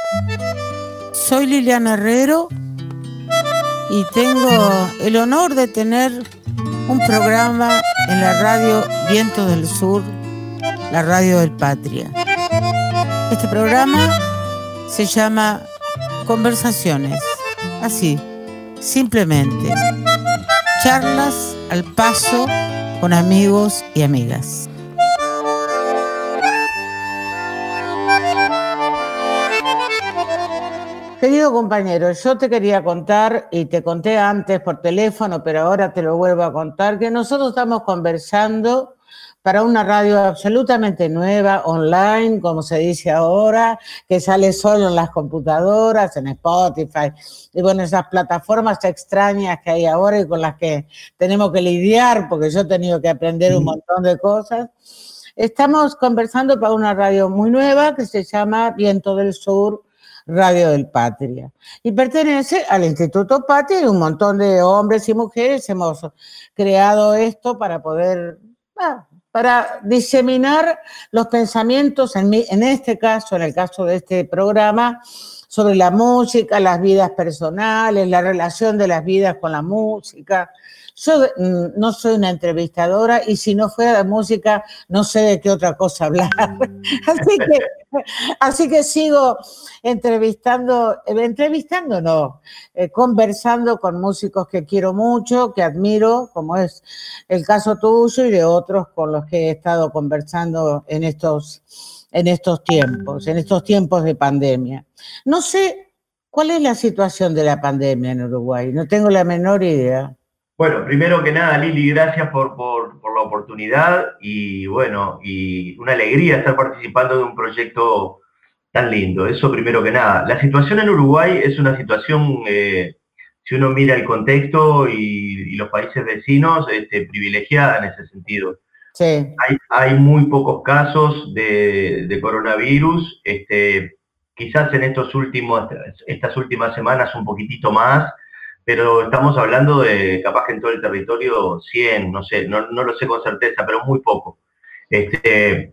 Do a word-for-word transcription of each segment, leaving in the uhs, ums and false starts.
Soy Liliana Herrero y tengo el honor de tener un programa en la radio Viento del Sur, la radio del Patria. Este programa se llama Conversaciones, así, simplemente, charlas al paso con amigos y amigas. Querido compañero, yo te quería contar, y te conté antes por teléfono, pero ahora te lo vuelvo a contar, que nosotros estamos conversando para una radio absolutamente nueva, online, como se dice ahora, que sale solo en las computadoras, en Spotify, y bueno, esas plataformas extrañas que hay ahora y con las que tenemos que lidiar, porque yo he tenido que aprender un montón de cosas. Estamos conversando para una radio muy nueva que se llama Viento del Sur, Radio del Patria, y pertenece al Instituto Patria, y un montón de hombres y mujeres hemos creado esto para poder, ah, para diseminar los pensamientos, en, mi, en este caso, en el caso de este programa, sobre la música, las vidas personales, la relación de las vidas con la música. Yo mm, no soy una entrevistadora y si no fuera de música no sé de qué otra cosa hablar. Así que, así que sigo entrevistando, entrevistando no, eh, conversando con músicos que quiero mucho, que admiro, como es el caso tuyo y de otros con los que he estado conversando en estos, en estos tiempos, en estos tiempos de pandemia. No sé cuál es la situación de la pandemia en Uruguay, no tengo la menor idea. Bueno, primero que nada, Lili, gracias por, por, por la oportunidad y bueno, y una alegría estar participando de un proyecto tan lindo, eso primero que nada. La situación en Uruguay es una situación, eh, si uno mira el contexto y, y los países vecinos, este, privilegiada en ese sentido. Sí. Hay, hay muy pocos casos de, de coronavirus, este, quizás en estos últimos, estas últimas semanas un poquitito más, pero estamos hablando de, capaz que en todo el territorio, cien, no sé, no, no lo sé con certeza, pero muy poco. Este,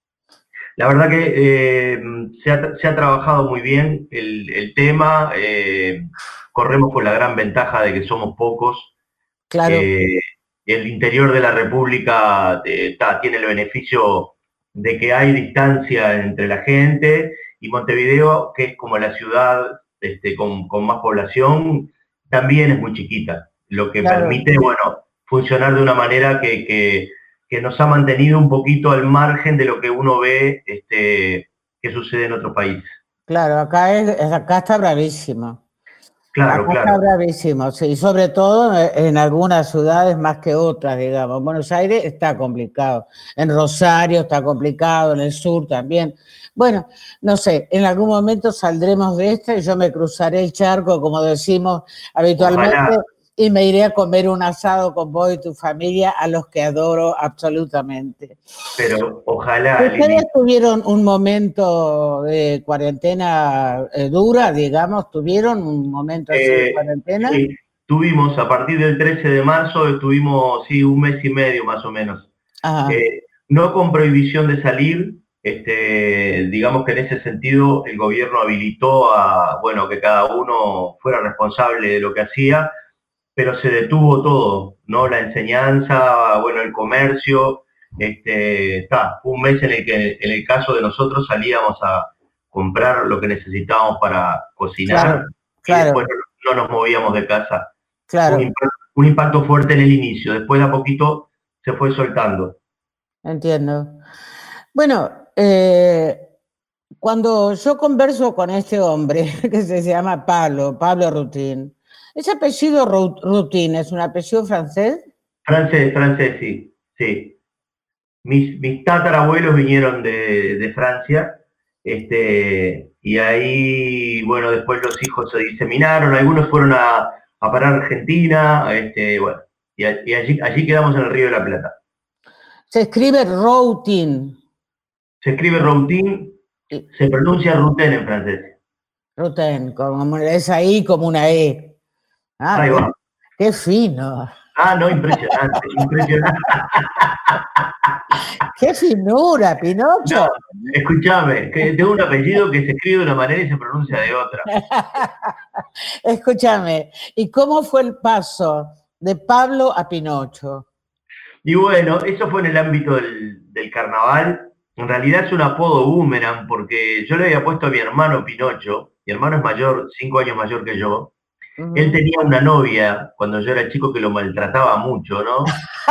la verdad que eh, se, ha, se ha trabajado muy bien el, el tema, eh, corremos con la gran ventaja de que somos pocos. Claro. Eh, el interior de la República eh, ta, tiene el beneficio de que hay distancia entre la gente, y Montevideo, que es como la ciudad este, con, con más población, también es muy chiquita, lo que claro. permite, bueno, funcionar de una manera que, que, que nos ha mantenido un poquito al margen de lo que uno ve este, que sucede en otros países. Claro, acá, es, acá está bravísimo. Claro, acá claro. Está bravísimo, sí, y sobre todo en algunas ciudades más que otras, digamos. Buenos Aires está complicado, en Rosario está complicado, en el sur también. Bueno, no sé, en algún momento saldremos de esta y yo me cruzaré el charco, como decimos habitualmente, ojalá, y me iré a comer un asado con vos y tu familia, a los que adoro absolutamente. Pero ojalá... ¿Ustedes tuvieron un momento de cuarentena eh, dura, digamos? ¿Tuvieron un momento así eh, de cuarentena? Sí, tuvimos, a partir del trece de marzo, estuvimos, sí, un mes y medio más o menos. Eh, no con prohibición de salir, este, digamos que en ese sentido el gobierno habilitó a, bueno, que cada uno fuera responsable de lo que hacía, pero se detuvo todo, ¿no? La enseñanza, bueno, el comercio, este, está, fue un mes en el que, en el caso de nosotros, salíamos a comprar lo que necesitábamos para cocinar, claro, claro. Y después no, no nos movíamos de casa. Claro. Un impacto, un impacto fuerte en el inicio, después de a poquito se fue soltando. Entiendo. Bueno, eh, cuando yo converso con este hombre que se llama Pablo, Pablo Routin, ¿ese apellido Routin es un apellido francés? Francés, francés, sí, sí. Mis, mis tatarabuelos vinieron de, de Francia, este, y ahí, bueno, después los hijos se diseminaron, algunos fueron a, a parar a Argentina, este, bueno, y, a, y allí, allí quedamos en el Río de la Plata. Se escribe Routin. Se escribe Routin, se pronuncia Routin en francés. Routin, como es ahí como una E. Ah, ahí qué, va. Qué fino. Ah, no, impresionante, impresionante. ¡Qué finura, Pinocho! No, escúchame, que tengo un apellido que se escribe de una manera y se pronuncia de otra. Escúchame, ¿y cómo fue el paso de Pablo a Pinocho? Y bueno, eso fue en el ámbito del, del carnaval. En realidad es un apodo boomerang porque yo le había puesto a mi hermano Pinocho. Mi hermano es mayor, cinco años mayor que yo. Uh-huh. Él tenía una novia cuando yo era chico que lo maltrataba mucho, ¿no?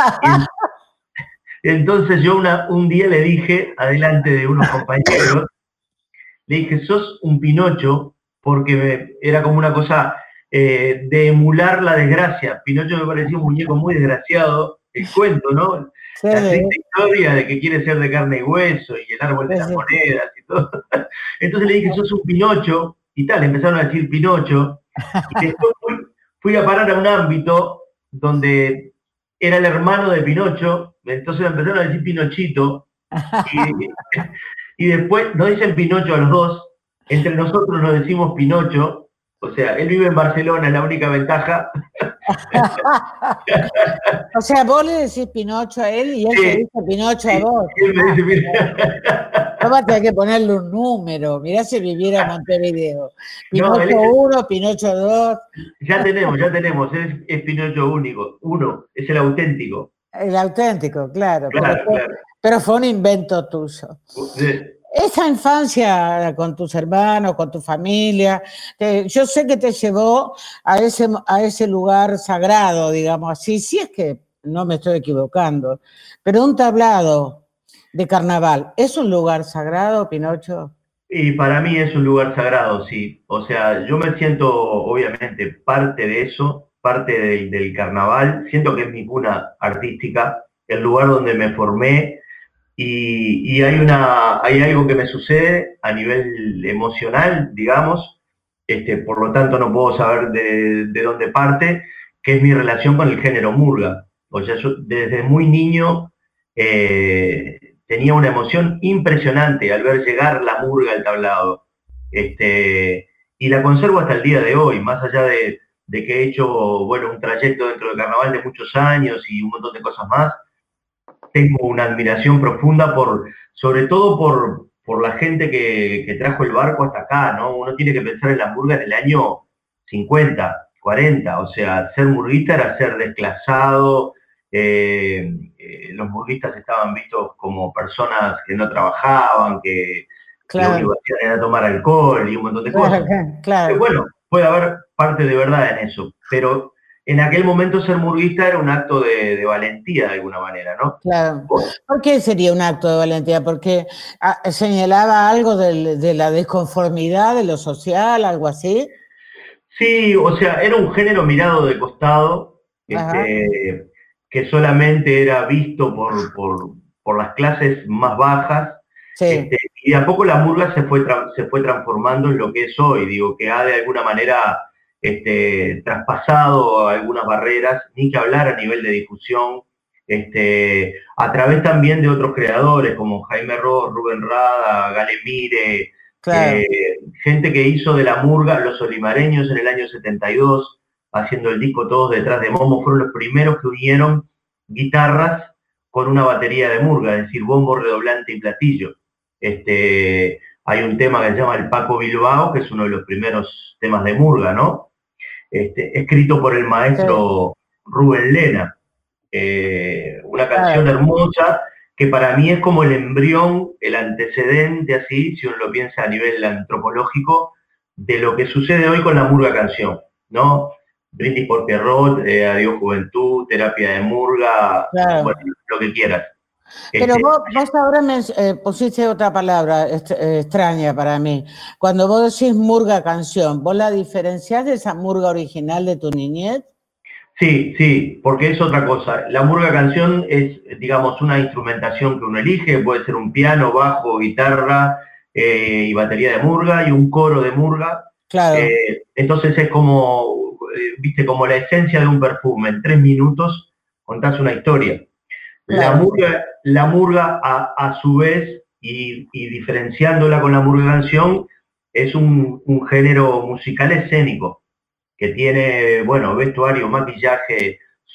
Y entonces yo una, un día le dije, adelante de unos compañeros, le dije, sos un Pinocho, porque me, era como una cosa eh, de emular la desgracia. Pinocho me parecía un muñeco muy desgraciado, el cuento, ¿no? Sí, la triste historia de que quiere ser de carne y hueso y el árbol de las monedas y todo. Entonces le dije, sos un Pinocho, y tal, empezaron a decir Pinocho, y después fui, fui a parar a un ámbito donde era el hermano de Pinocho, entonces me empezaron a decir Pinochito, y, y después nos dicen Pinocho a los dos, entre nosotros nos decimos Pinocho, o sea, él vive en Barcelona, es la única ventaja. O sea, vos le decís Pinocho a él y él sí, te dice Pinocho sí, a vos. Él me dice Pinocho. Vamos a tener que ponerle un número, mirá si viviera en Montevideo. Pinocho uno, no, Pinocho dos. Ya tenemos, ya tenemos, es, es Pinocho único, uno, es el auténtico. El auténtico, claro. Claro, pero, claro. pero fue un invento tuyo. Sí. Esa infancia con tus hermanos, con tu familia, te, yo sé que te llevó a ese, a ese lugar sagrado, digamos así, si es que no me estoy equivocando, pero un tablado de carnaval, ¿es un lugar sagrado, Pinocho? Y para mí es un lugar sagrado, sí. O sea, yo me siento obviamente parte de eso, parte del, del carnaval, siento que es mi cuna artística, el lugar donde me formé. Y, y hay, una, hay algo que me sucede a nivel emocional, digamos, este, por lo tanto no puedo saber de, de dónde parte, que es mi relación con el género murga. O sea, yo desde muy niño eh, tenía una emoción impresionante al ver llegar la murga al tablado. Este, y la conservo hasta el día de hoy, más allá de, de que he hecho bueno, un trayecto dentro del carnaval de muchos años y un montón de cosas más. Tengo una admiración profunda por, sobre todo por, por la gente que, que trajo el barco hasta acá, ¿no? Uno tiene que pensar en la murga en el año cincuenta, cuarenta, o sea, ser murguista era ser desclasado, eh, eh, los murguistas estaban vistos como personas que no trabajaban, que claro. lo único que hacían era tomar alcohol y un montón de claro, cosas. Claro. Pero bueno, puede haber parte de verdad en eso, pero en aquel momento ser murguista era un acto de, de valentía de alguna manera, ¿no? Claro. ¿Por qué sería un acto de valentía? Porque señalaba algo de, de la desconformidad de lo social, algo así. Sí, o sea, era un género mirado de costado, este, que solamente era visto por, por, por las clases más bajas. Sí. Este, y de a poco la murga se fue, se fue transformando en lo que es hoy, digo, que ha de alguna manera este, traspasado algunas barreras, ni que hablar a nivel de difusión, este, a través también de otros creadores como Jaime Ross, Rubén Rada, Gale Mire, claro. eh, gente que hizo de la murga, los olimareños en el año setenta y dos, haciendo el disco Todos detrás de Momo, fueron los primeros que unieron guitarras con una batería de murga, es decir, bombo, redoblante y platillo. Este, hay un tema que se llama El Paco Bilbao, que es uno de los primeros temas de murga, ¿no? Este, escrito por el maestro sí. Rubén Lena. Eh, una canción claro. hermosa que para mí es como el embrión, el antecedente, así, si uno lo piensa a nivel antropológico, de lo que sucede hoy con la murga canción, ¿no? Brindis por Pierrot, eh, Adiós Juventud, Terapia de Murga, claro. bueno, lo que quieras. Pero este, vos, vos ahora me eh, pusiste otra palabra est eh, extraña para mí. Cuando vos decís murga canción, ¿vos la diferenciás de esa murga original de tu niñez? Sí, sí, porque es otra cosa. La murga canción es, digamos, una instrumentación que uno elige, puede ser un piano, bajo, guitarra eh, y batería de murga y un coro de murga. Claro. Eh, entonces es como, eh, viste, como la esencia de un perfume. En tres minutos contás una historia. Claro. La murga, la murga a, a su vez, y, y diferenciándola con la murga canción, es un, un género musical escénico que tiene, bueno, vestuario, maquillaje,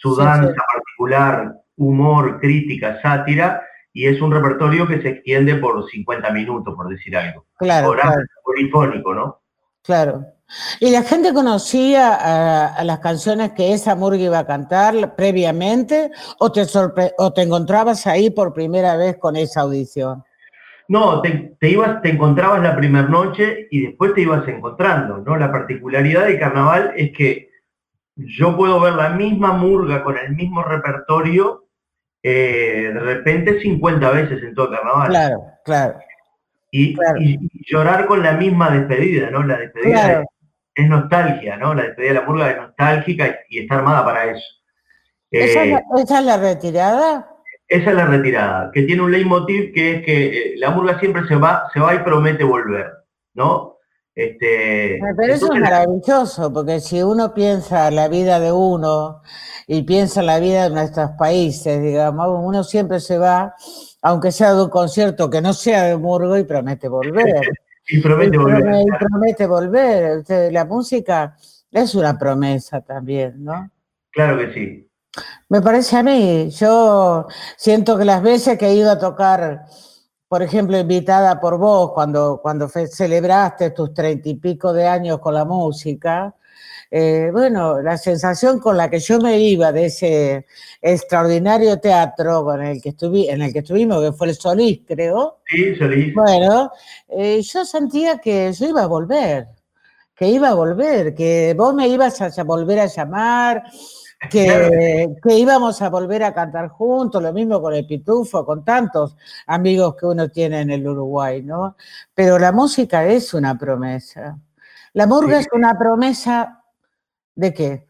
su Sí, danza sí. particular, humor, crítica, sátira, y es un repertorio que se extiende por cincuenta minutos, por decir algo. Claro, Coral claro. polifónico, ¿no? Claro. ¿Y la gente conocía a, a las canciones que esa murga iba a cantar previamente o te, sorpre o te encontrabas ahí por primera vez con esa audición? No, te, te, ibas, te encontrabas la primera noche y después te ibas encontrando, ¿no? La particularidad del carnaval es que yo puedo ver la misma murga con el mismo repertorio eh, de repente cincuenta veces en todo el carnaval. Claro, claro, Y, claro. y, y llorar con la misma despedida, ¿no? La despedida es, Claro. es nostalgia, ¿no? La despedida de la murga es nostálgica y, y está armada para eso. ¿Esa es, la, Eh, ¿Esa es la retirada? esa es la retirada, que tiene un leitmotiv que es que eh, la murga siempre se va, se va y promete volver, ¿no? Este, Pero eso es entonces, maravilloso, porque si uno piensa la vida de uno y piensa la vida de nuestros países, digamos, uno siempre se va, aunque sea de un concierto que no sea de murga, y promete volver. y Y promete volver. promete, y promete volver. La música es una promesa también, ¿no? Claro que sí. Me parece a mí. Yo siento que las veces que he ido a tocar, por ejemplo, invitada por vos, cuando, cuando celebraste tus treinta y pico de años con la música, eh, bueno, la sensación con la que yo me iba de ese extraordinario teatro con el que estuvi, en el que estuvimos, que fue el Solís, creo. Sí, Solís. Bueno, eh, yo sentía que yo iba a volver, que iba a volver, que vos me ibas a volver a llamar, que, Claro que sí. que íbamos a volver a cantar juntos, lo mismo con el Pitufo, con tantos amigos que uno tiene en el Uruguay, ¿no? Pero la música es una promesa. La murga Sí. es una promesa ¿de qué?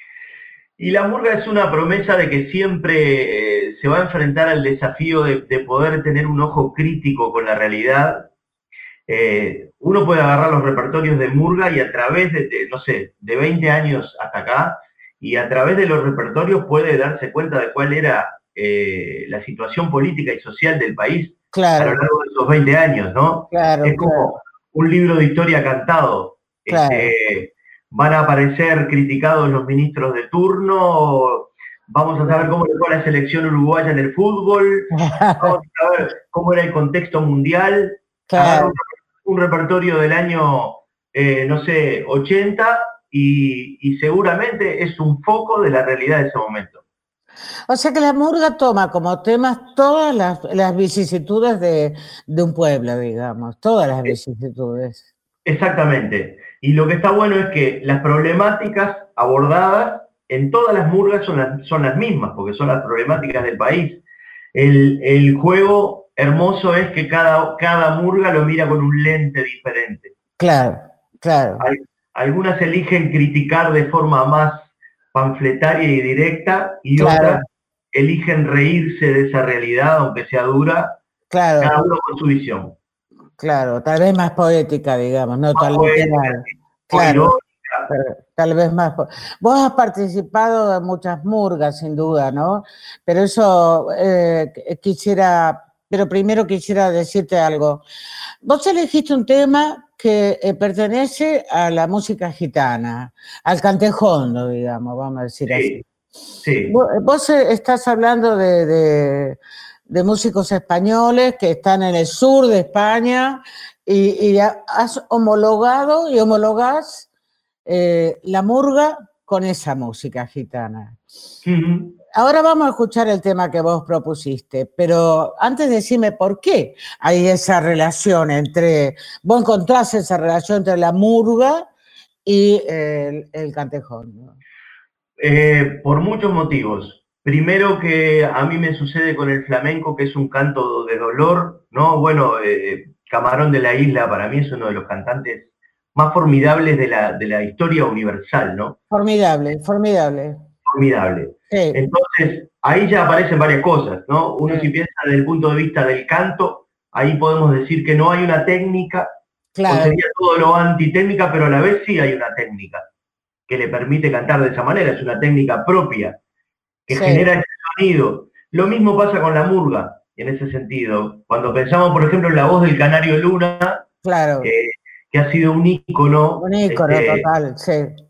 Y la murga es una promesa de que siempre eh, se va a enfrentar al desafío de, de poder tener un ojo crítico con la realidad. Eh, uno puede agarrar los repertorios de murga y a través de, de, no sé, de veinte años hasta acá, y a través de los repertorios puede darse cuenta de cuál era eh, la situación política y social del país Claro, a lo largo de esos veinte años, ¿no? claro, Es claro, como un libro de historia cantado. claro. Este, van a aparecer criticados los ministros de turno, vamos a saber cómo le fue a la selección uruguaya en el fútbol, vamos a saber cómo era el contexto mundial. Agarra un, un repertorio del año, eh, no sé, ochenta y, y seguramente es un foco de la realidad de ese momento. O sea que la murga toma como temas todas las, las vicisitudes de, de un pueblo, digamos, todas las vicisitudes. Exactamente. Y lo que está bueno es que las problemáticas abordadas en todas las murgas son las, son las mismas, porque son las problemáticas del país. El, el juego hermoso es que cada, cada murga lo mira con un lente diferente. Claro, claro. Hay, algunas eligen criticar de forma más panfletaria y directa, y claro. otras eligen reírse de esa realidad, aunque sea dura, claro. cada uno con su visión. Claro, tal vez más poética, digamos, no más tan poética, literal. Sí, claro, tal vez más. Vos has participado de muchas murgas, sin duda, ¿no? Pero eso eh, quisiera, pero primero quisiera decirte algo. Vos elegiste un tema que eh, pertenece a la música gitana, al cantejondo, digamos, vamos a decir sí, así. Sí. Vos, vos estás hablando de, de, de músicos españoles que están en el sur de España y, y has homologado y homologás eh, la murga con esa música gitana. Uh-huh. Ahora vamos a escuchar el tema que vos propusiste, pero antes decime por qué hay esa relación entre, vos encontrás esa relación entre la murga y el, el cantejón, ¿no? Eh, por muchos motivos. Primero que a mí me sucede con el flamenco, que es un canto de dolor, ¿no? Bueno, eh, Camarón de la Isla para mí es uno de los cantantes más formidables de la, de la historia universal, ¿no? Formidable, formidable. Formidable. Sí. Entonces, ahí ya aparecen varias cosas, ¿no? Uno sí. Si piensa desde el punto de vista del canto, ahí podemos decir que no hay una técnica, claro. O sería todo lo antitécnica, pero a la vez sí hay una técnica que le permite cantar de esa manera, es una técnica propia, que sí. genera ese sonido. Lo mismo pasa con la murga, en ese sentido. Cuando pensamos, por ejemplo, en la voz del Canario Luna, claro. eh, que ha sido un ícono. Un ícono este, total, sí.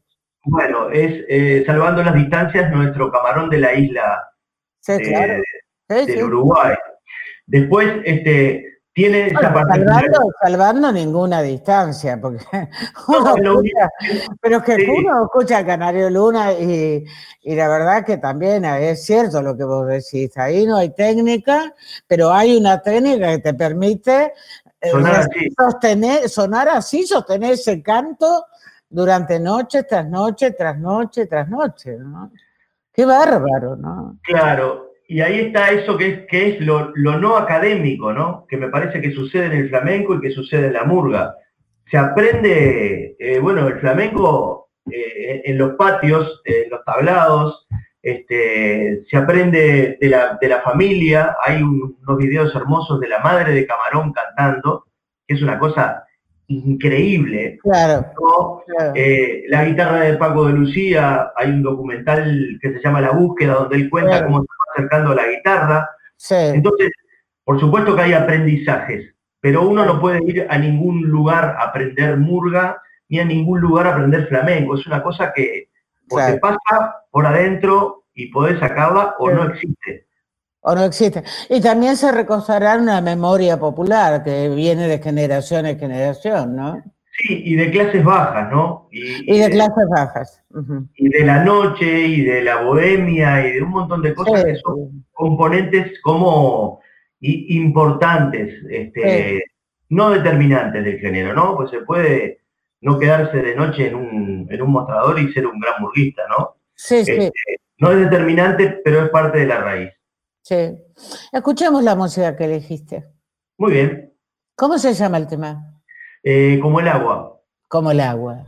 Bueno, es eh, salvando las distancias nuestro camarón de la isla sí, de, claro. sí, del sí. Uruguay. Después, este, tiene bueno, esa particularidad. Salvando, salvando ninguna distancia, porque uno no, escucha, pero es que sí. uno escucha a Canario Luna y, y la verdad que también es cierto lo que vos decís, ahí no hay técnica, pero hay una técnica que te permite sonar así, sostener, sonar así, sostener ese canto durante noche tras noche, tras noche, tras noche, ¿no? Qué bárbaro, ¿no? Claro. Y ahí está eso que es, que es lo, lo no académico, ¿no? Que me parece que sucede en el flamenco y que sucede en la murga. Se aprende, eh, bueno, el flamenco eh, en los patios, en los tablados, este, se aprende de la, de la familia. Hay un, unos videos hermosos de la madre de Camarón cantando, que es una cosa increíble. Claro, ¿no? claro. Eh, la guitarra de Paco de Lucía, hay un documental que se llama La Búsqueda, donde él cuenta claro. cómo se va acercando a la guitarra. Sí. Entonces, por supuesto que hay aprendizajes, pero uno no puede ir a ningún lugar a aprender murga, ni a ningún lugar a aprender flamenco. Es una cosa que o claro. te pasa por adentro y podés sacarla o sí. no existe. O no existe. Y también se reconocerá una memoria popular que viene de generación en generación, ¿no? Sí, y de clases bajas, ¿no? Y, y de, de clases bajas. Uh-huh. Y de la noche, y de la bohemia, y de un montón de cosas sí, que son sí. componentes como importantes, este, sí. no determinantes del género, ¿no? Pues se puede no quedarse de noche en un, en un mostrador y ser un gran murguista, ¿no? Sí, este, sí. No es determinante, pero es parte de la raíz. Sí. Escuchemos la música que elegiste. Muy bien. ¿Cómo se llama el tema? Eh, como el agua. Como el agua.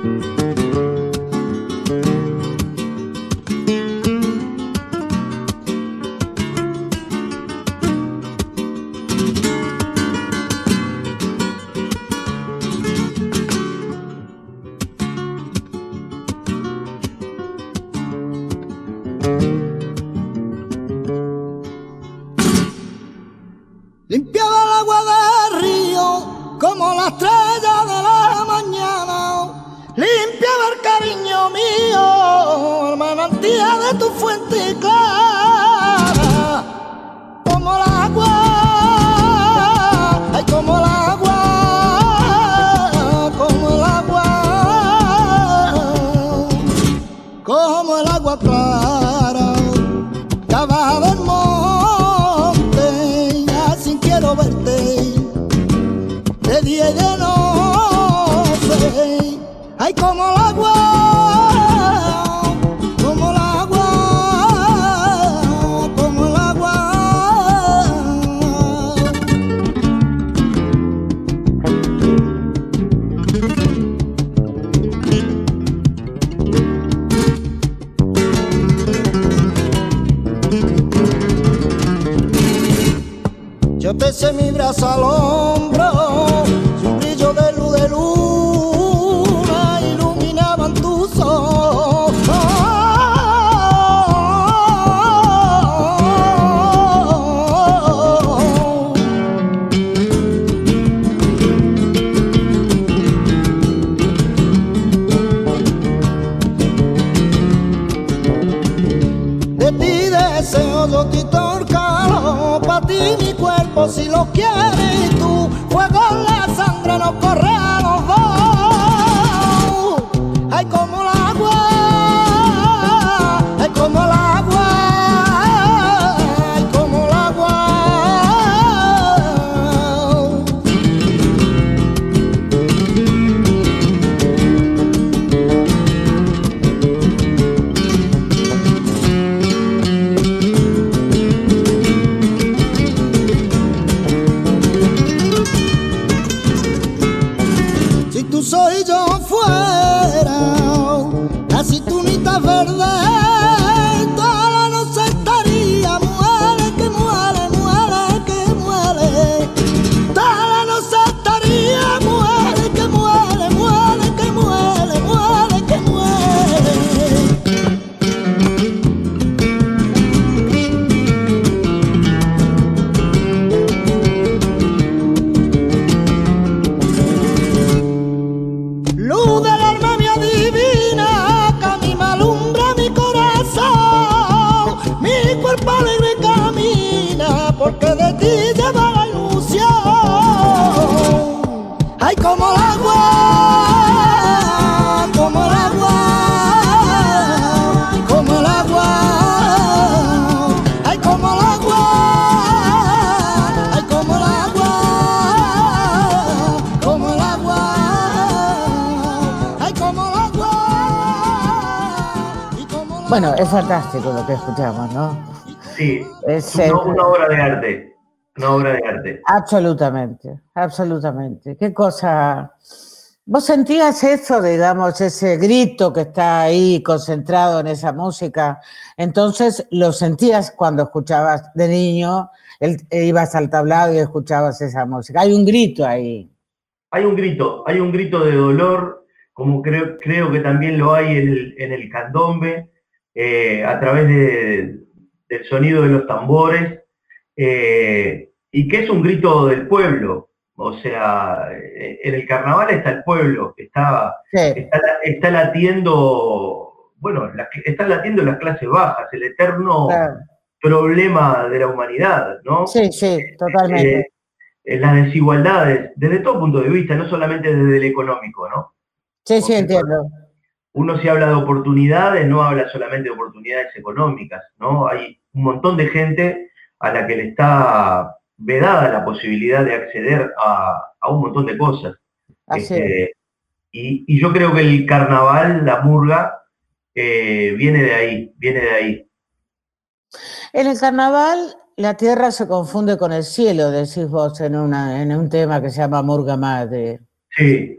Limpiaba el agua del río como la estrella de la mañana. Limpiaba el cariño mío, el manantial de tu fuente clara. Como el agua, ay, como el agua, como el agua, como el agua clara. Cava del monte, así quiero verte, de día y de noche. Ay, como el agua, como el agua, como el agua. Yo te eché mi brazo al hombro, y un brillo de luz de luna iluminaban tus ojos. De ti deseo yo quitar el calor, pa' ti mi cuerpo si lo quieres tú, fuego en la sangre nos corre a los dos. Ay, como el agua, ay, como el agua, ay, como el agua. Si tú soy yo fuera, así tú ni estás verde, toda la noche estaría, muere que muere, muere que muere, toda la noche estaría, muere que muere, muere que muere, muere que muere. Luz del alma mía divina, porque de ti lleva la ilusión. Ay, como el agua, como el agua, como el agua, ay, como el agua, ay, como el agua, como el agua, ay, como el agua. Y como el agua. Bueno, es fantástico lo que escuchamos, ¿no? Sí, Es, una, eh, una obra de arte, una obra de arte. Absolutamente, absolutamente. Qué cosa. ¿Vos sentías eso, digamos, ese grito que está ahí concentrado en esa música? Entonces lo sentías cuando escuchabas de niño, el, ibas al tablado y escuchabas esa música. Hay un grito ahí. Hay un grito, hay un grito de dolor, como creo, creo que también lo hay en el, en el candombe, eh, a través de, del sonido de los tambores, eh, y que es un grito del pueblo. O sea, en el carnaval está el pueblo, está, Sí. está, está latiendo, bueno, la, están latiendo las clases bajas, el eterno Claro. problema de la humanidad, ¿no? Sí, sí, totalmente. Eh, eh, las desigualdades, desde todo punto de vista, no solamente desde el económico, ¿no? Sí, sí, Porque entiendo. uno si habla de oportunidades, no habla solamente de oportunidades económicas, ¿no? Hay un montón de gente a la que le está vedada la posibilidad de acceder a, a un montón de cosas. Así Este, y, y yo creo que el carnaval, la murga, eh, viene de ahí, viene de ahí. En el carnaval la tierra se confunde con el cielo, decís vos en, una, en un tema que se llama Murga Madre. Sí.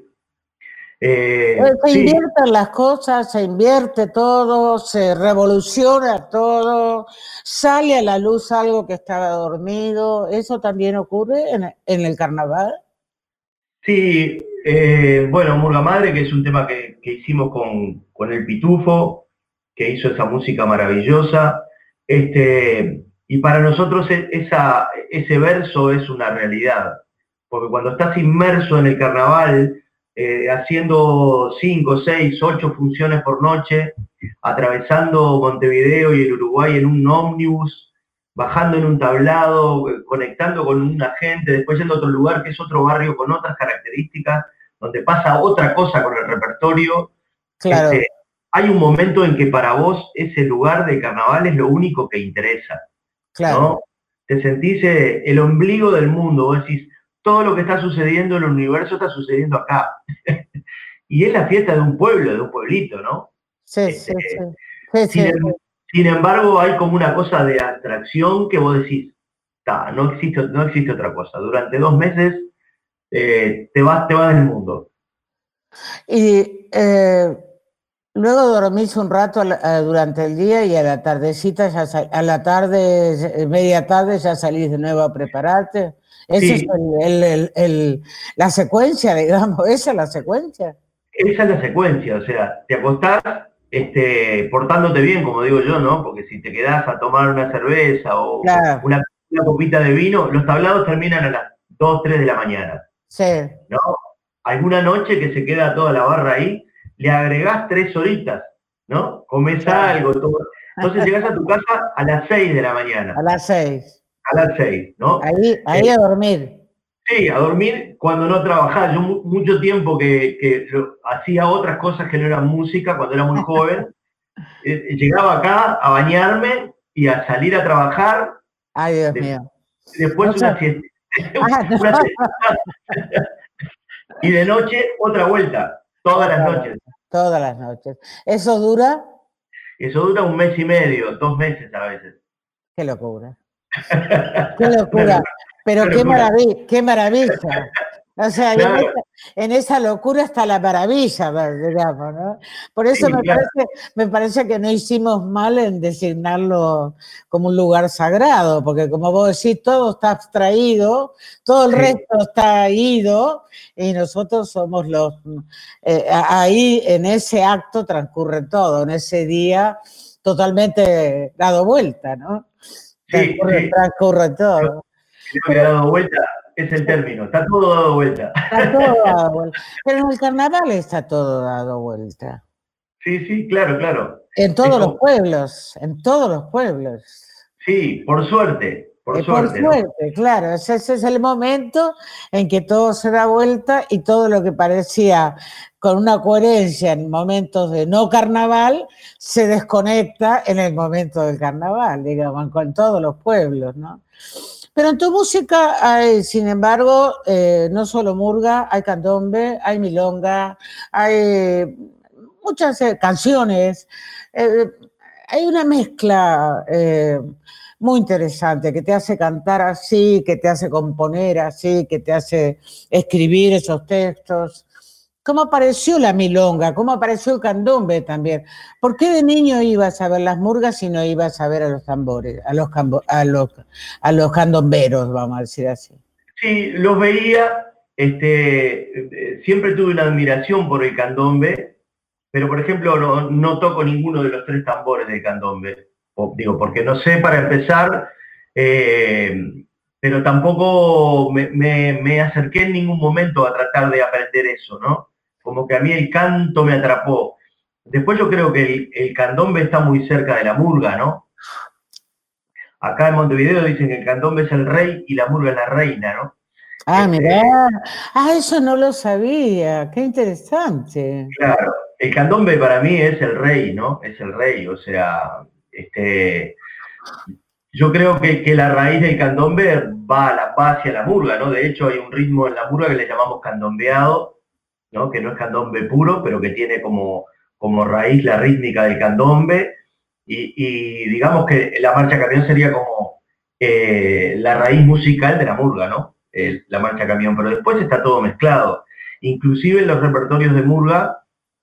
Eh, se sí. invierten las cosas, se invierte todo, se revoluciona todo, sale a la luz algo que estaba dormido. ¿Eso también ocurre en, en el carnaval? Sí, eh, bueno, Murga Madre, que es un tema que, que hicimos con, con el Pitufo, que hizo esa música maravillosa, este, y para nosotros esa, ese verso es una realidad, porque cuando estás inmerso en el carnaval, eh, haciendo cinco, seis, ocho funciones por noche, atravesando Montevideo y el Uruguay en un ómnibus, bajando en un tablado, conectando con una gente, después yendo a otro lugar que es otro barrio con otras características, donde pasa otra cosa con el repertorio. Claro. Este, hay un momento en que para vos ese lugar de carnaval es lo único que interesa. Claro. ¿No? Te sentís eh, el ombligo del mundo, vos decís, todo lo que está sucediendo en el universo está sucediendo acá. Y es la fiesta de un pueblo, de un pueblito, ¿no? Sí, este, sí, sí. sí, sin, sí. Em, sin embargo, hay como una cosa de abstracción que vos decís, no existe, no existe otra cosa. Durante dos meses eh, te vas te vas del mundo. Y eh, luego dormís un rato durante el día y a la tardecita, ya a la tarde, media tarde, ya salís de nuevo a prepararte. Esa sí. es el, el, el, el, la secuencia, digamos, esa es la secuencia. Esa es la secuencia, o sea, te acostás este, portándote bien, como digo yo, ¿no? Porque si te quedás a tomar una cerveza o claro. una, una copita de vino, los tablados terminan a las dos, tres de la mañana. Sí. ¿No? Alguna noche que se queda toda la barra ahí, le agregás tres horitas, ¿no? Comés claro. algo, todo. Entonces llegás a tu casa a las seis de la mañana. A las seis. A las seis, ¿no? Ahí, ahí eh, a dormir. Sí, a dormir cuando no trabajaba. Yo mucho tiempo que, que hacía otras cosas que no eran música, cuando era muy joven. eh, llegaba acá a bañarme y a salir a trabajar. Ay, Dios de, mío. Después o sea, una siesta. Ah, no. una siesta. Y de noche otra vuelta, todas las noches. Todas las noches. ¿Eso dura? Eso dura un mes y medio, dos meses a veces. Qué locura. Qué locura. Pero qué, qué maravilla, qué maravilla. O sea, claro. en, esa, en esa locura está la maravilla, digamos, ¿no? Por eso sí, me, claro. parece, me parece que no hicimos mal en designarlo como un lugar sagrado, porque como vos decís, todo está abstraído, todo el sí. resto está ido, y nosotros somos los... Eh, ahí, en ese acto transcurre todo, en ese día totalmente dado vuelta, ¿no? Transcurre, sí. transcurre todo. Creo que dado vuelta es el término, está todo dado vuelta. Está todo dado vuelta. Pero en el carnaval está todo dado vuelta. Sí, sí, claro, claro. En todos como... los pueblos, en todos los pueblos. Sí, por suerte, Por, eh, suerte, por suerte, ¿no? Claro, ese, ese es el momento en que todo se da vuelta y todo lo que parecía con una coherencia en momentos de no carnaval se desconecta en el momento del carnaval, digamos, con todos los pueblos, ¿no? Pero en tu música hay, sin embargo, eh, no solo murga, hay candombe, hay milonga, hay muchas eh, canciones, eh, hay una mezcla eh, muy interesante que te hace cantar así, que te hace componer así, que te hace escribir esos textos. ¿Cómo apareció la milonga? ¿Cómo apareció el candombe también? ¿Por qué de niño ibas a ver las murgas y no ibas a ver a los tambores, a los, a los, a los candomberos, vamos a decir así? Sí, los veía, este, siempre tuve una admiración por el candombe, pero por ejemplo no, no toco ninguno de los tres tambores del candombe. O, digo, porque no sé para empezar, eh, pero tampoco me, me, me acerqué en ningún momento a tratar de aprender eso, ¿no? Como que a mí el canto me atrapó. Después yo creo que el, el candombe está muy cerca de la murga, ¿no? Acá en Montevideo dicen que el candombe es el rey y la murga es la reina, ¿no? Ah, este, mirá. Ah, eso no lo sabía. Qué interesante. Claro, el candombe para mí es el rey, ¿no? Es el rey, o sea, este... Yo creo que, que la raíz del candombe va, a la, va hacia la murga, ¿no? De hecho hay un ritmo en la murga que le llamamos candombeado, ¿no? Que no es candombe puro, pero que tiene como, como raíz la rítmica del candombe, y, y digamos que la marcha camión sería como eh, la raíz musical de la murga, ¿no? Eh, la marcha camión, pero después está todo mezclado. Inclusive en los repertorios de murga,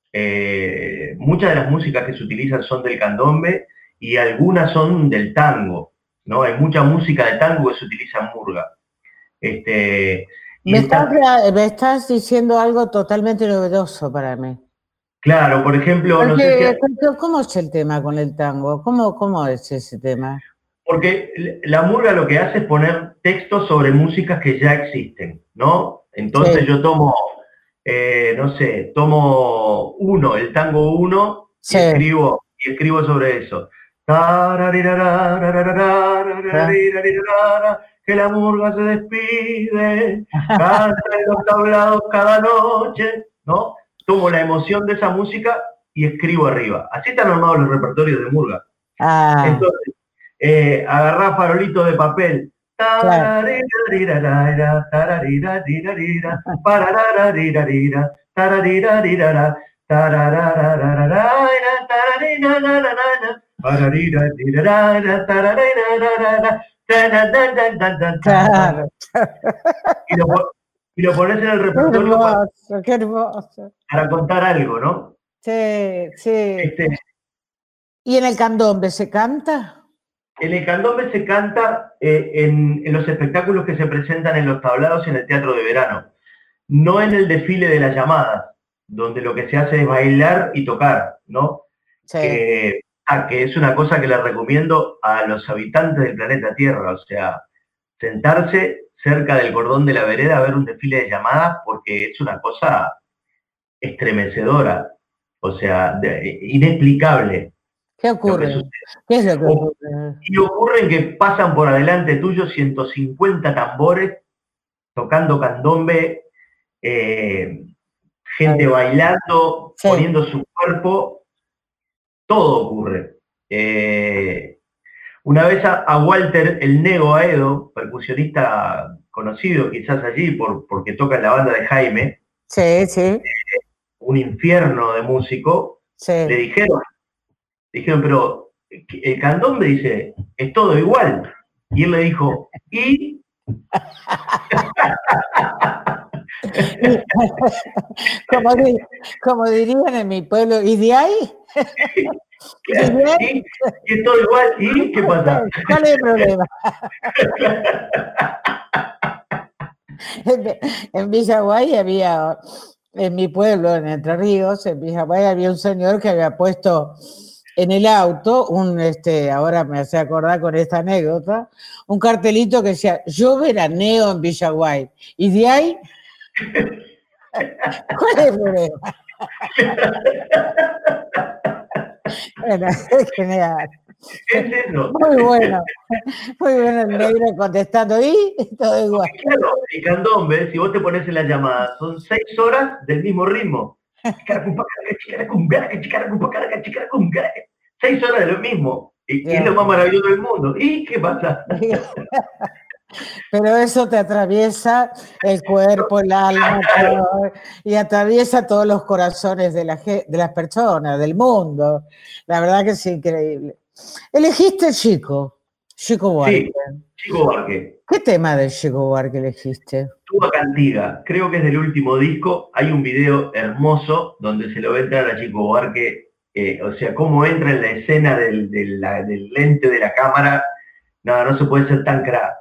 eh, muchas de las músicas que se utilizan son del candombe y algunas son del tango, ¿no? Hay mucha música de tango que se utiliza en murga. Este, Me estás, esta... me estás diciendo algo totalmente novedoso para mí. Claro, por ejemplo... Porque, no sé si... ¿cómo es el tema con el tango? ¿Cómo, cómo es ese tema? Porque la murga lo que hace es poner textos sobre músicas que ya existen, ¿no? Entonces sí. yo tomo, eh, no sé, tomo uno, el tango uno, sí. y, escribo, y escribo sobre eso. Que la murga se despide, canta en los tablados cada noche, ¿no? Tomo la emoción de esa música y escribo arriba. Así están armados los repertorios de murga. Ah. Entonces, eh, agarrá farolito de papel. Claro. Claro. Y, lo, y lo pones en el repertorio qué hermoso, para, qué hermoso. para contar algo, ¿no? Sí, sí. Este, ¿Y en el candombe se canta? En el candombe se canta eh, en, en los espectáculos que se presentan en los tablados y en el teatro de verano. No en el desfile de las llamadas, donde lo que se hace es bailar y tocar, ¿no? Sí. Que, ah, que es una cosa que les recomiendo a los habitantes del planeta Tierra, o sea, sentarse cerca del cordón de la vereda a ver un desfile de llamadas porque es una cosa estremecedora, o sea, de, inexplicable. ¿Qué ocurre? ¿Qué es lo que ocurre? Y ocurre que pasan por adelante tuyo ciento cincuenta tambores tocando candombe, eh, gente bailando, sí. poniendo su cuerpo, todo ocurre. Eh, una vez a, a Walter el Nego Aedo, percusionista conocido quizás allí por, porque toca en la banda de Jaime, sí, sí. Eh, un infierno de músico, sí. le dijeron, dijeron, pero el candombe dice, es todo igual. Y él le dijo, ¿y? como, di, como dirían en mi pueblo, ¿y de ahí? Claro, ¿Y, de ahí? ¿Y es todo igual? ¿Y qué pasa? ¿Cuál es el problema? en, en Villaguay había, en mi pueblo, en Entre Ríos, en Villaguay había un señor que había puesto en el auto, un, este, ahora me hace acordar con esta anécdota, un cartelito que decía, yo veraneo en Villaguay. ¿Y de ahí? ¿Cuál es el problema? Bueno, es genial. Es eso. Muy bueno. Muy bueno el negro contestando. Y todo igual. Claro, y candombe, si vos te pones en la llamada, son seis horas del mismo ritmo. Seis horas de lo mismo. Y, y es lo más maravilloso del mundo. ¿Y qué pasa? Pero eso te atraviesa el cuerpo, el alma, todo, y atraviesa todos los corazones de, la, de las personas, del mundo. La verdad que es increíble. Elegiste Chico, Chico Buarque. Sí, Chico Buarque. ¿Qué tema de Chico Buarque elegiste? Tuba Cantiga, creo que es del último disco. Hay un video hermoso donde se lo ve entrar a Chico Buarque, eh, o sea, cómo entra en la escena del, del, la, del lente de la cámara. No, no se puede ser tan crack.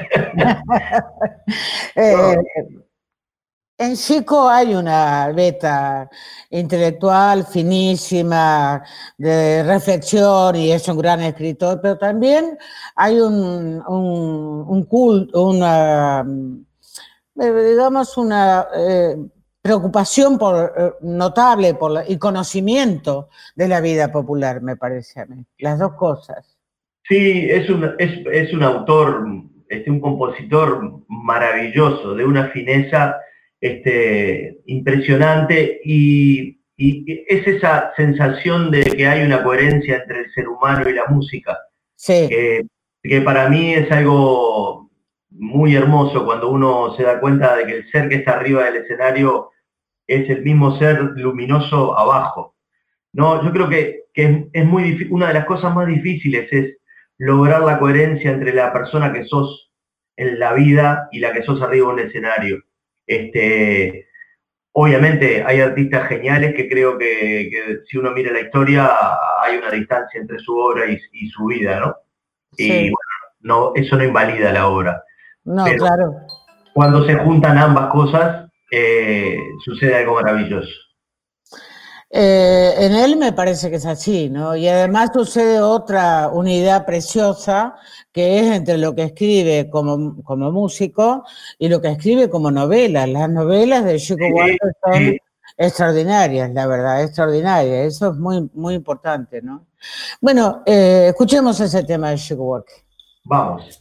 eh, en Chico hay una beta intelectual finísima, de reflexión, y es un gran escritor, pero también hay un, un, un culto, una, digamos, una eh, preocupación por, eh, notable por la, y conocimiento de la vida popular, me parece a mí. Las dos cosas. Sí, es un, es, es un autor, este, un compositor maravilloso, de una fineza este, impresionante, y, y es esa sensación de que hay una coherencia entre el ser humano y la música, sí. que, que para mí es algo muy hermoso cuando uno se da cuenta de que el ser que está arriba del escenario es el mismo ser luminoso abajo. No, yo creo que, que es, es muy una de las cosas más difíciles es lograr la coherencia entre la persona que sos en la vida y la que sos arriba de un escenario. Este, obviamente hay artistas geniales que creo que, que si uno mira la historia hay una distancia entre su obra y, y su vida, ¿no? Sí. Y bueno, no, eso no invalida la obra. No, pero claro. Cuando se juntan ambas cosas, eh, sucede algo maravilloso. Eh, en él me parece que es así, ¿no? Y además sucede otra unidad preciosa que es entre lo que escribe como, como músico y lo que escribe como novela. Las novelas de Chico sí, Buarque son sí. extraordinarias, la verdad, extraordinarias. Eso es muy, muy importante, ¿no? Bueno, eh, escuchemos ese tema de Chico Buarque. Vamos.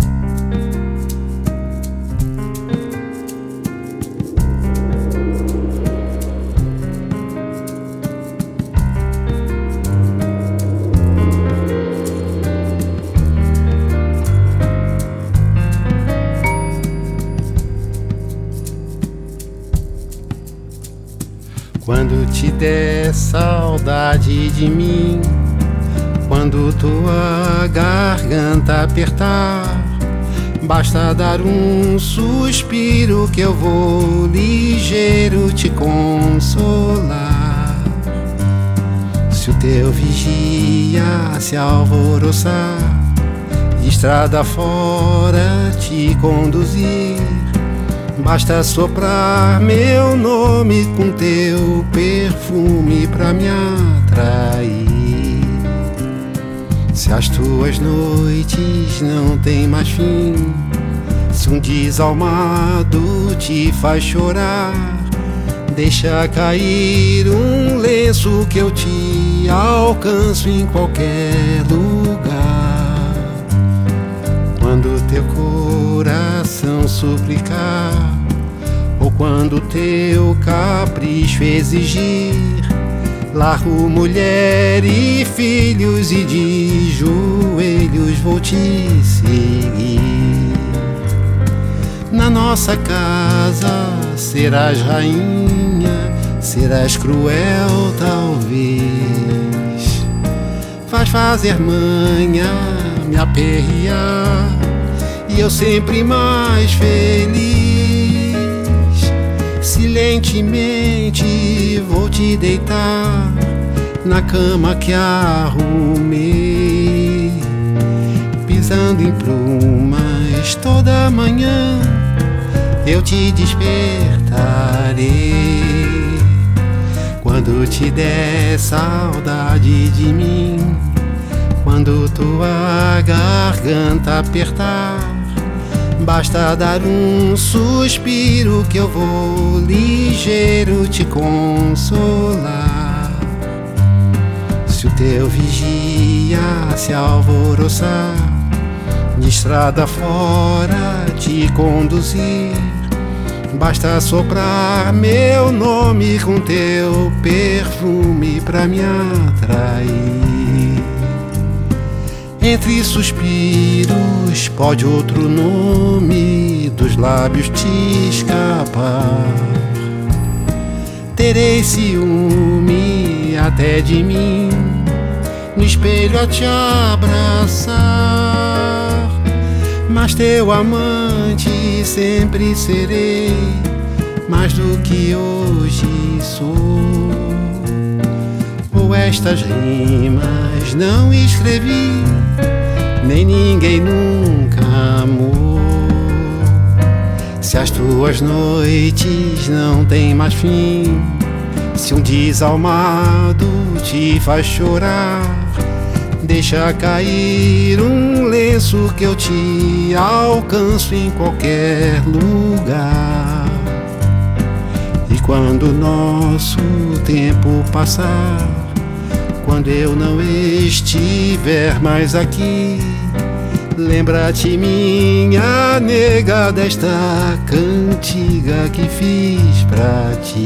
Quando te der saudade de mim, quando tua garganta apertar, basta dar um suspiro que eu vou ligeiro te consolar. Se o teu vigia se alvoroçar, de estrada fora te conduzir, basta soprar meu nome com teu perfume pra me atrair. Se as tuas noites não têm mais fim, se um desalmado te faz chorar, deixa cair um lenço que eu te alcanço em qualquer lugar. Quando teu coração suplicar, ou quando teu capricho exigir, largo mulher e filhos e de joelhos vou te seguir. Na nossa casa serás rainha, serás cruel talvez, faz fazer manha, me aperrear, e eu sempre mais feliz. Silentemente vou te deitar na cama que arrumei, pisando em plumas toda manhã eu te despertarei. Quando te der saudade de mim, quando tua garganta apertar, basta dar um suspiro que eu vou ligeiro te consolar. Se o teu vigia dia se alvoroçar, de estrada fora te conduzir. Basta soprar meu nome com teu perfume pra me atrair. Entre suspiros pode outro nome dos lábios te escapar. Terei ciúme até de mim, no espelho a te abraçar, mas teu amante sempre serei, mais do que hoje sou. Ou estas rimas não escrevi, nem ninguém nunca amou. Se as tuas noites não têm mais fim, se um desalmado te faz chorar, deixa cair um lenço que eu te alcanço em qualquer lugar. E quando nosso tempo passar, quando eu não estiver mais aqui, lembra-te, minha nega, desta cantiga que fiz pra ti.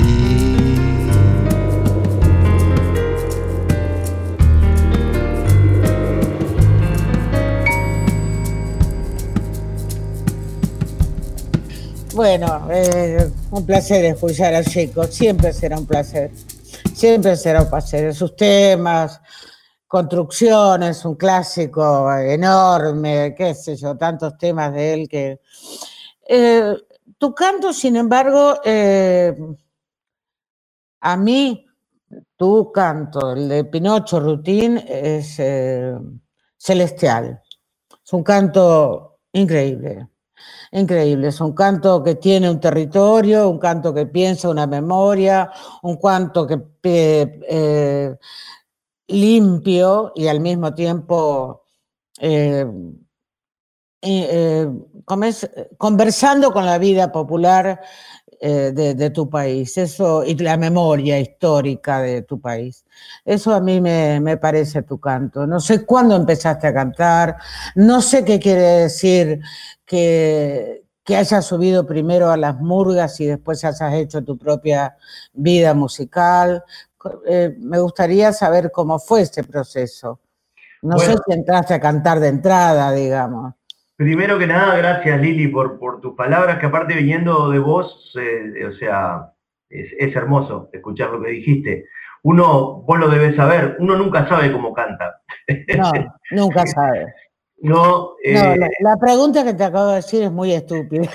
Bueno, eh, un placer escuchar a Chico, siempre será un placer, siempre será un placer. Sus temas, construcciones, un clásico enorme, qué sé yo, tantos temas de él que... Eh, tu canto, sin embargo, eh, a mí, tu canto, el de Pinocho Rutín, es eh, celestial. Es un canto increíble. Increíble, es un canto que tiene un territorio, un canto que piensa una memoria, un canto que eh, eh, limpio y al mismo tiempo eh, eh, ¿cómo es? Conversando con la vida popular eh, de, de tu país, eso, y la memoria histórica de tu país. Eso a mí me, me parece tu canto. No sé cuándo empezaste a cantar, no sé qué quiere decir que, que hayas subido primero a las murgas y después hayas hecho tu propia vida musical. Eh, me gustaría saber cómo fue ese proceso. No bueno, sé si entraste a cantar de entrada, digamos. Primero que nada, gracias Lili por, por tus palabras, que aparte viniendo de vos, eh, o sea, es, es hermoso escuchar lo que dijiste. Uno, vos lo debes saber, uno nunca sabe cómo canta. No, nunca sabe. No, eh, no la, la pregunta que te acabo de decir es muy estúpida.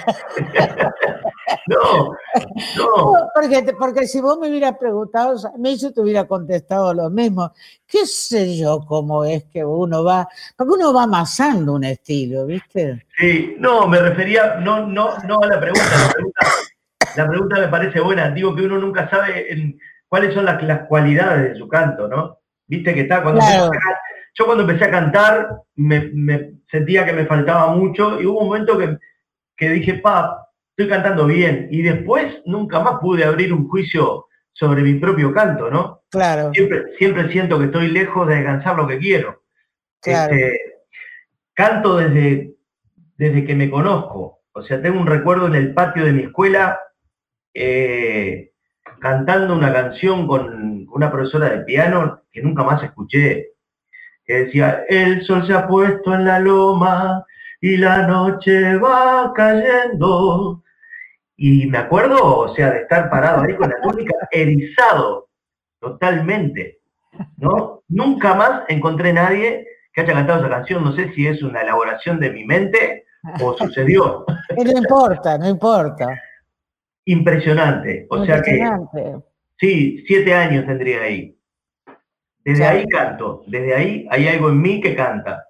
no, no. no porque, porque si vos me hubieras preguntado, a mí yo te hubiera contestado lo mismo. ¿Qué sé yo cómo es que uno va? Porque uno va amasando un estilo, ¿viste? Sí, no, me refería, no, no, no a la pregunta. La pregunta, la pregunta me parece buena. Digo que uno nunca sabe en, cuáles son las, las cualidades de su canto, ¿no? Viste que está cuando claro. empecé a, yo cuando empecé a cantar me, me sentía que me faltaba mucho y hubo un momento que, que dije, pa, estoy cantando bien, y después nunca más pude abrir un juicio sobre mi propio canto, ¿no? Claro. Siempre, siempre siento que estoy lejos de alcanzar lo que quiero. Claro. Este, canto desde, desde que me conozco, o sea, tengo un recuerdo en el patio de mi escuela, eh, cantando una canción con una profesora de piano que nunca más escuché, que decía, el sol se ha puesto en la loma y la noche va cayendo. Y me acuerdo, o sea, de estar parado ahí con la túnica, erizado, totalmente, ¿no? Nunca más encontré nadie que haya cantado esa canción, no sé si es una elaboración de mi mente o sucedió. No importa, no importa. Impresionante, o Impresionante. sea que, sí, siete años tendría ahí. Desde claro. ahí canto, desde ahí hay algo en mí que canta.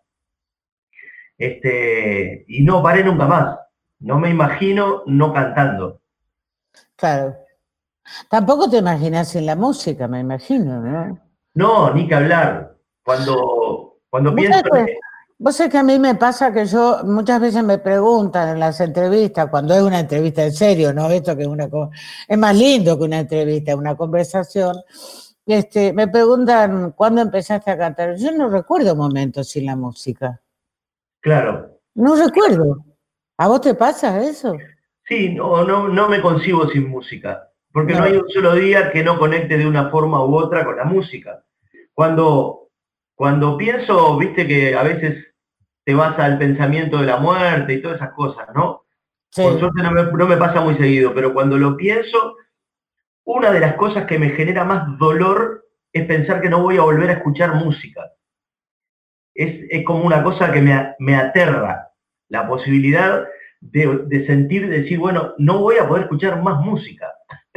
Este, y no paré nunca más. No me imagino no cantando. Claro. Tampoco te imaginas en la música, me imagino, ¿no? No, ni que hablar. Cuando, cuando pienso... Que, vos sabés que a mí me pasa que yo, muchas veces me preguntan en las entrevistas, cuando es una entrevista en serio, ¿no? Esto que es una... Es más lindo que una entrevista, una conversación... Este, me preguntan, ¿cuándo empezaste a cantar? Yo no recuerdo momentos sin la música. Claro. No recuerdo. ¿A vos te pasa eso? Sí, no, no, no me concibo sin música, porque no. no hay un solo día que no conecte de una forma u otra con la música. Cuando, cuando pienso, viste que a veces te vas al pensamiento de la muerte y todas esas cosas, ¿no? Sí. Por suerte no me, no me pasa muy seguido, pero cuando lo pienso, una de las cosas que me genera más dolor es pensar que no voy a volver a escuchar música. Es, es como una cosa que me, me aterra, la posibilidad de, de sentir, de decir, bueno, no voy a poder escuchar más música.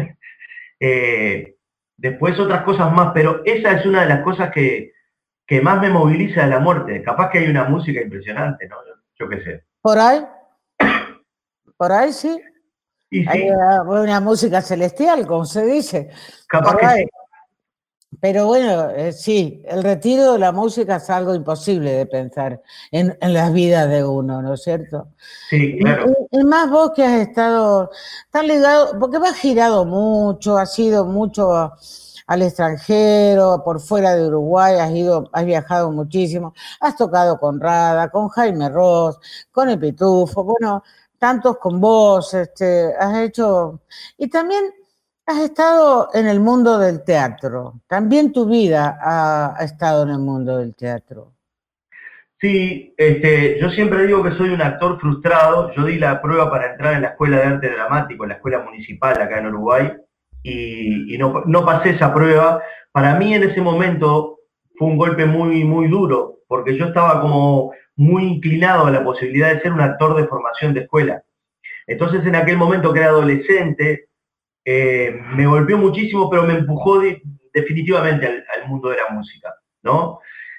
eh, después otras cosas más, pero esa es una de las cosas que, que más me moviliza de la muerte. Capaz que hay una música impresionante, ¿no? Yo, yo qué sé. ¿Por ahí? ¿Por ahí sí? Y sí. Hay una música celestial, como se dice. Capaz que sí. Pero bueno, eh, sí, el retiro de la música es algo imposible de pensar en, en las vidas de uno, ¿no es cierto? Sí, claro. Y, y más vos que has estado tan ligado, porque has girado mucho, has ido mucho al extranjero, por fuera de Uruguay, has ido, has viajado muchísimo, has tocado con Rada, con Jaime Ross, con El Pitufo, bueno, tantos con vos, este, has hecho, y también has estado en el mundo del teatro, también tu vida ha, ha estado en el mundo del teatro. Sí, este, yo siempre digo que soy un actor frustrado. Yo di la prueba para entrar en la Escuela de Arte Dramático, en la Escuela Municipal acá en Uruguay, y, y no, no pasé esa prueba. Para mí en ese momento fue un golpe muy, muy duro, porque yo estaba como muy inclinado a la posibilidad de ser un actor de formación de escuela. Entonces en aquel momento que era adolescente, eh, me golpeó muchísimo, pero me empujó de, definitivamente al, al mundo de la música, ¿no?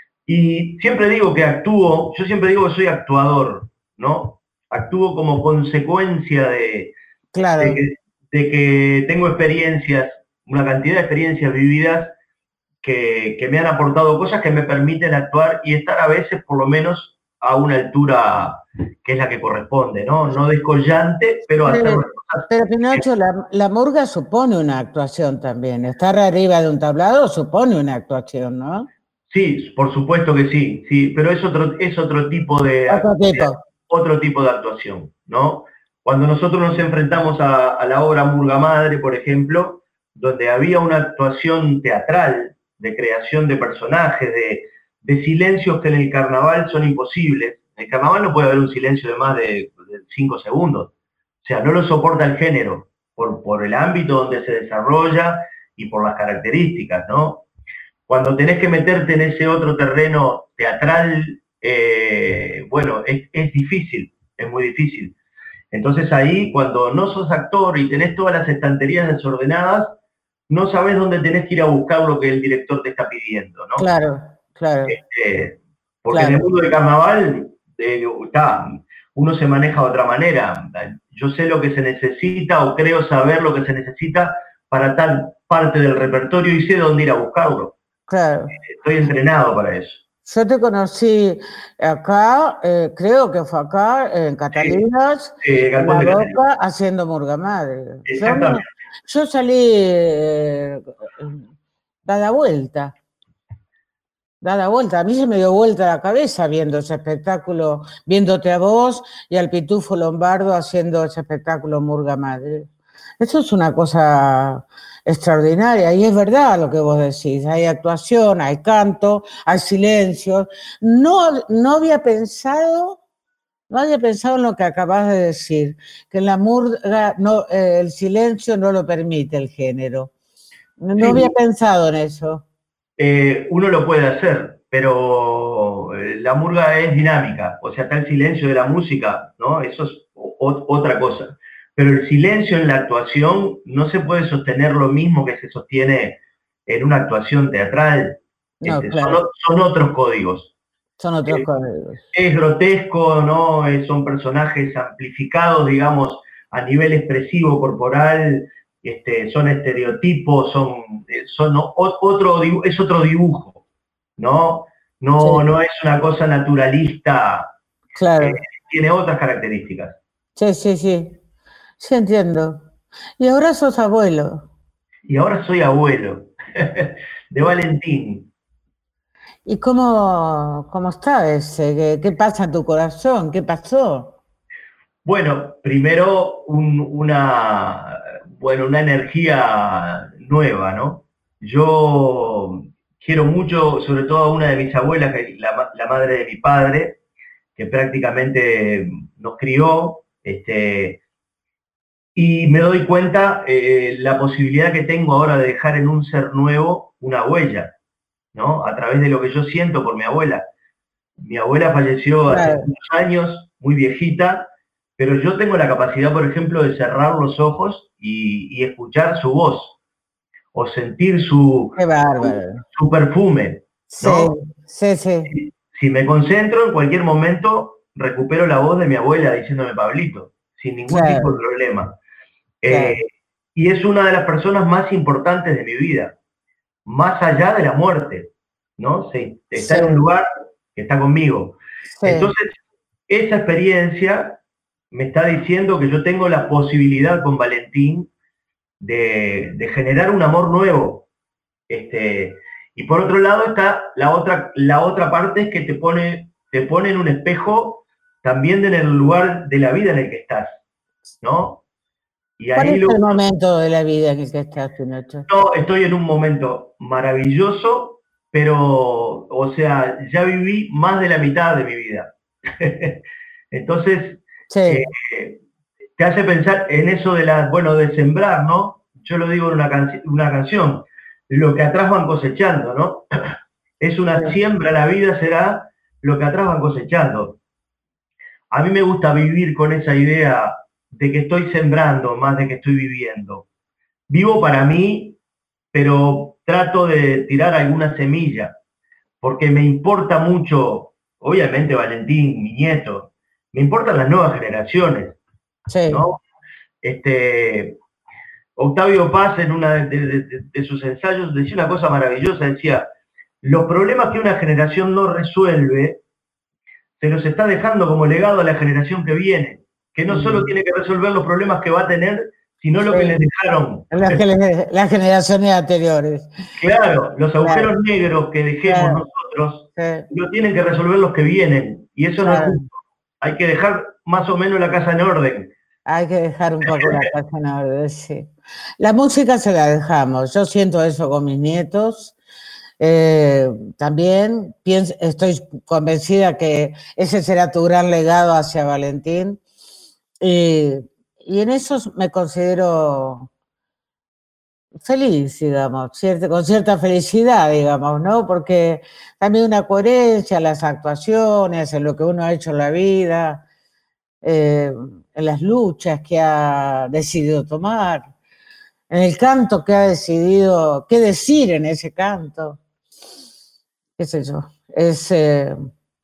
Y siempre digo que actúo, yo siempre digo que soy actuador, ¿no? Actúo como consecuencia de, claro. de, que, de que tengo experiencias, una cantidad de experiencias vividas que, que me han aportado cosas que me permiten actuar y estar a veces por lo menos a una altura que es la que corresponde, ¿no? No descollante, pero hacer Pero, cosas. pero Pinocho, la, la murga supone una actuación también. Estar arriba de un tablado supone una actuación, ¿no? Sí, por supuesto que sí, sí, pero es otro, es otro tipo de, otro tipo. de otro tipo de actuación, ¿no? Cuando nosotros nos enfrentamos a, a la obra Murga Madre, por ejemplo, donde había una actuación teatral de creación de personajes, de, de silencios que en el carnaval son imposibles. En el carnaval no puede haber un silencio de más de, de cinco segundos. O sea, no lo soporta el género por, por el ámbito donde se desarrolla y por las características, ¿no? Cuando tenés que meterte en ese otro terreno teatral, eh, bueno, es, es difícil, es muy difícil. Entonces ahí, cuando no sos actor y tenés todas las estanterías desordenadas, no sabés dónde tenés que ir a buscar lo que el director te está pidiendo, ¿no? Claro, claro. Este, porque claro. en el mundo del carnaval, eh, está, uno se maneja de otra manera. Yo sé lo que se necesita o creo saber lo que se necesita para tal parte del repertorio y sé dónde ir a buscarlo. Claro. Estoy entrenado para eso. Yo te conocí acá, eh, creo que fue acá, en Catalinas, sí, sí, en La Boca, haciendo Murga Madre. Exactamente. Yo, yo salí eh, dada vuelta, dada vuelta. A mí se me dio vuelta la cabeza viendo ese espectáculo, viéndote a vos y al Pitufo Lombardo haciendo ese espectáculo Murga Madre. Eso es una cosa extraordinaria, y es verdad lo que vos decís, hay actuación, hay canto, hay silencio. No, no había pensado, no había pensado en lo que acabas de decir, que en la murga no, eh, el silencio no lo permite el género. No sí. había pensado en eso. Eh, uno lo puede hacer, pero la murga es dinámica, o sea, está el silencio de la música, ¿no? Eso es o, otra cosa. Pero el silencio en la actuación no se puede sostener lo mismo que se sostiene en una actuación teatral. No, este, claro. son, son otros códigos. Son otros eh, códigos. Es grotesco, ¿no? Son personajes amplificados, digamos, a nivel expresivo corporal, este, son estereotipos, son, son otro, es otro dibujo, ¿no? No, sí. no es una cosa naturalista. Claro. Eh, tiene otras características. Sí, sí, sí. Sí, entiendo. Y ahora sos abuelo. Y ahora soy abuelo. de Valentín. ¿Y cómo, cómo está ese? ¿Qué, ¿Qué pasa en tu corazón? ¿Qué pasó? Bueno, primero un, una, bueno, una energía nueva, ¿no? Yo quiero mucho, sobre todo a una de mis abuelas, que es la, la madre de mi padre, que prácticamente nos crió, este, y me doy cuenta eh, la posibilidad que tengo ahora de dejar en un ser nuevo una huella, ¿no? A través de lo que yo siento por mi abuela. Mi abuela falleció hace Claro. unos años, muy viejita, pero yo tengo la capacidad, por ejemplo, de cerrar los ojos y, y escuchar su voz, o sentir su, Qué su, bárbaro. su perfume, ¿no? Sí, sí, sí. Si, si me concentro, en cualquier momento recupero la voz de mi abuela diciéndome Pablito, sin ningún Claro. tipo de problema. Claro. Eh, y es una de las personas más importantes de mi vida, más allá de la muerte, ¿no? Sí, está Sí. en un lugar que está conmigo. Sí. Entonces, esa experiencia me está diciendo que yo tengo la posibilidad con Valentín de, de generar un amor nuevo. Este, y por otro lado está la otra, la otra parte es que te pone, te pone en un espejo también en el lugar de la vida en el que estás, ¿no? Y ¿Cuál ahí es lo, el momento de la vida en el que estás, Pinocho? no, estoy en un momento maravilloso, pero, o sea, ya viví más de la mitad de mi vida. Entonces, Sí. eh, te hace pensar en eso de la, bueno, de sembrar, ¿no? Yo lo digo en una, can una canción, lo que atrás van cosechando, ¿no? Es una Sí. siembra, la vida será lo que atrás van cosechando. A mí me gusta vivir con esa idea de que estoy sembrando más de que estoy viviendo. Vivo para mí, pero trato de tirar alguna semilla, porque me importa mucho, obviamente Valentín, mi nieto, me importan las nuevas generaciones, Sí. ¿no? Este, Octavio Paz en una de, de, de, de sus ensayos decía una cosa maravillosa, decía, los problemas que una generación no resuelve, se los está dejando como legado a la generación que viene, que no solo tiene que resolver los problemas que va a tener, sino lo Sí. que les dejaron. Las, que, las generaciones anteriores. Claro, los agujeros Claro. negros que dejemos Claro. nosotros, Sí. lo tienen que resolver los que vienen, y eso Claro. no es justo. Hay que dejar más o menos la casa en orden. Hay que dejar un poco la casa en orden, sí. La música se la dejamos, yo siento eso con mis nietos. Eh, también pienso, estoy convencida que ese será tu gran legado hacia Valentín. Y, y en eso me considero feliz, digamos, cierta, con cierta felicidad, digamos, ¿no? Porque también una coherencia en las actuaciones, en lo que uno ha hecho en la vida, eh, en las luchas que ha decidido tomar, en el canto que ha decidido, qué decir en ese canto, qué sé yo. Es, eh,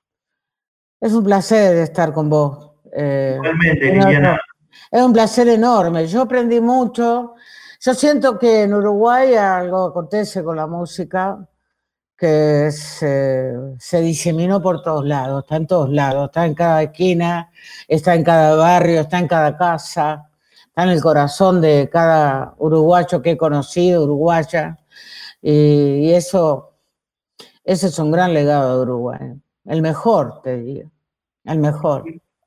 es un placer estar con vos. Eh, Igualmente, Liliana. Es un placer enorme. Yo aprendí mucho. Yo siento que en Uruguay algo acontece con la música que se, se diseminó por todos lados, está en todos lados, está en cada esquina, está en cada barrio, está en cada casa, está en el corazón de cada uruguayo que he conocido, uruguaya, y, y eso, ese es un gran legado de Uruguay, el mejor, te diría, el mejor.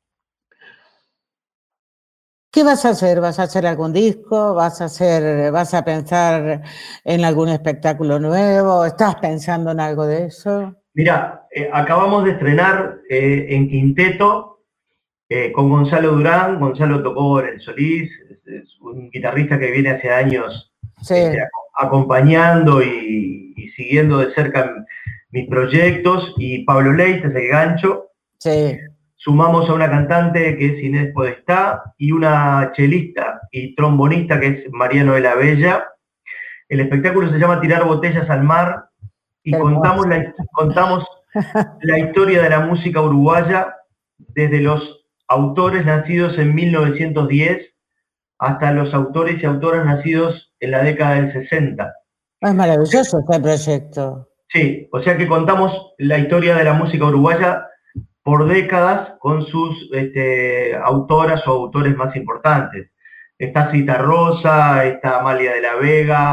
¿Qué vas a hacer? ¿Vas a hacer algún disco? ¿Vas a hacer, vas a pensar en algún espectáculo nuevo? ¿Estás pensando en algo de eso? Mira, eh, acabamos de estrenar eh, en Quinteto eh, con Gonzalo Durán. Gonzalo tocó en el Solís, es, es un guitarrista que viene hace años sí. este, acompañando y, y siguiendo de cerca mis proyectos. Y Pablo Leite es el gancho. Sí. Sumamos a una cantante que es Inés Podestá y una chelista y trombonista que es Mariano de la Bella. El espectáculo se llama Tirar botellas al mar y contamos la, contamos la historia de la música uruguaya desde los autores nacidos en mil novecientos diez hasta los autores y autoras nacidos en la década del sesenta. Es maravilloso este proyecto. Sí, o sea que contamos la historia de la música uruguaya por décadas con sus este, autoras o autores más importantes. Está Cita Rosa, está Amalia de la Vega,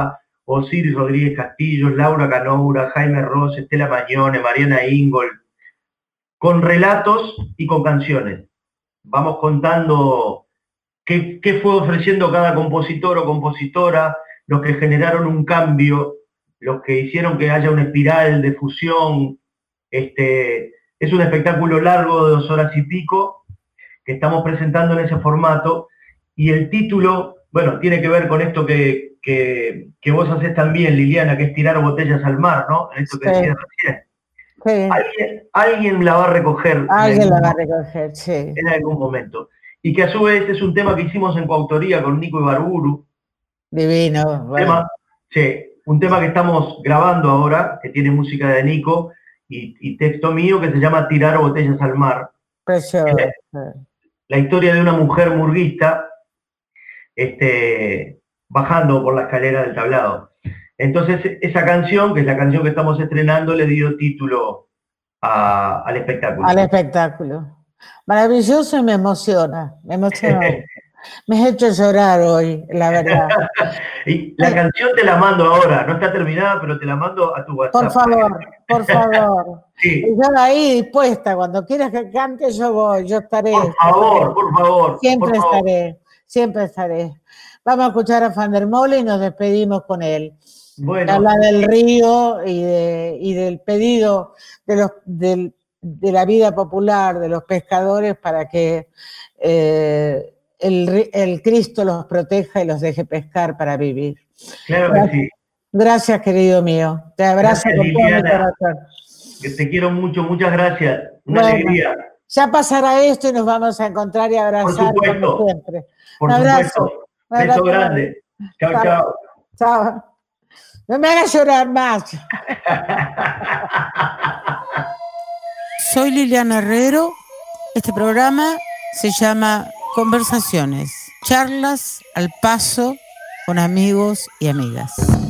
Osiris Rodríguez Castillo, Laura Canoura, Jaime Ross, Estela Mañone, Mariana Ingold, con relatos y con canciones. Vamos contando qué, qué fue ofreciendo cada compositor o compositora, los que generaron un cambio, los que hicieron que haya una espiral de fusión. Este, es un espectáculo largo de dos horas y pico que estamos presentando en ese formato, y el título, bueno, tiene que ver con esto que, que, que vos hacés también, Liliana, que es tirar botellas al mar, ¿no? En esto que Sí. decías recién. Sí. Alguien, alguien la va a recoger. Alguien la va a recoger, sí. En algún momento. Y que a su vez es un tema que hicimos en coautoría con Nico Ibarburu. Divino. Bueno. Tema, sí, un tema que estamos grabando ahora, que tiene música de Nico y, y texto mío, que se llama Tirar botellas al mar. Precioso. La, la historia de una mujer murguista este, bajando por la escalera del tablado. Entonces, esa canción, que es la canción que estamos estrenando, le dio título a, al espectáculo. Al espectáculo. Maravilloso y me emociona. Me emociona. Me has hecho llorar hoy, la verdad. Y la canción te la mando ahora, no está terminada, pero te la mando a tu WhatsApp. Por favor, por favor. Sí. Y yo ahí dispuesta, cuando quieras que cante, yo voy, yo estaré. Por favor, por favor. Siempre por favor. estaré, siempre estaré. Vamos a escuchar a Van der Molen y nos despedimos con él. Bueno. Habla del río y, de, y del pedido de, los, del, de la vida popular, de los pescadores, para que eh, el, el Cristo los proteja y los deje pescar para vivir. Claro gracias, que sí. Gracias, querido mío. Te abrazo Gracias, con Liliana. todo mi corazón. Que te quiero mucho, muchas gracias. Una Bueno, alegría. Ya pasará esto y nos vamos a encontrar y abrazar Por supuesto, como siempre. Por Un abrazo. supuesto. Un Beso abrazo. grande. Chao, chao. Chao. Chao. No me hagas llorar más. Soy Liliana Herrero. Este programa se llama Conversaciones, charlas al paso con amigos y amigas.